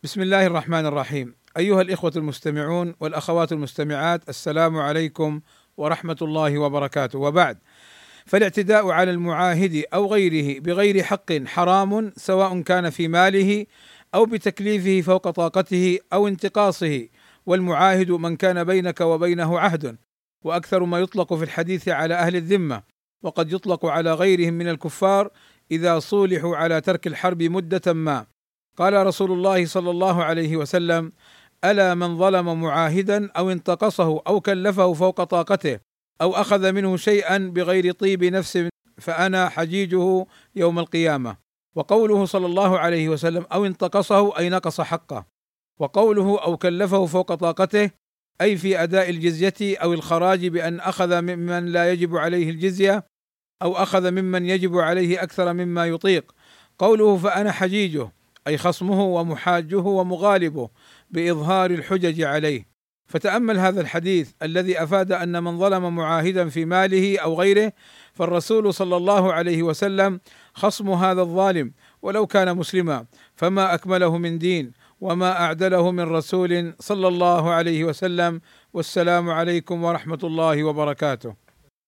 بسم الله الرحمن الرحيم. أيها الإخوة المستمعون والأخوات المستمعات، السلام عليكم ورحمة الله وبركاته، وبعد. فالاعتداء على المعاهد أو غيره بغير حق حرام، سواء كان في ماله أو بتكليفه فوق طاقته أو انتقاصه، والمعاهد من كان بينك وبينه عهد، وأكثر ما يطلق في الحديث على أهل الذمة، وقد يطلق على غيرهم من الكفار إذا صولحوا على ترك الحرب مدة ما. قال رسول الله صلى الله عليه وسلم: ألا من ظلم معاهدا أو انتقصه أو كلفه فوق طاقته أو أخذ منه شيئا بغير طيب نفس فأنا حجيجه يوم القيامة. وقوله صلى الله عليه وسلم أو انتقصه أي نقص حقه، وقوله أو كلفه فوق طاقته أي في أداء الجزية أو الخراج، بأن أخذ ممن لا يجب عليه الجزية أو أخذ ممن يجب عليه أكثر مما يطيق. قوله فأنا حجيجه أي خصمه ومحاجه ومغالبه بإظهار الحجج عليه. فتأمل هذا الحديث الذي أفاد أن من ظلم معاهدا في ماله أو غيره فالرسول صلى الله عليه وسلم خصم هذا الظالم ولو كان مسلما، فما أكمله من دين وما أعدله من رسول صلى الله عليه وسلم. والسلام عليكم ورحمة الله وبركاته.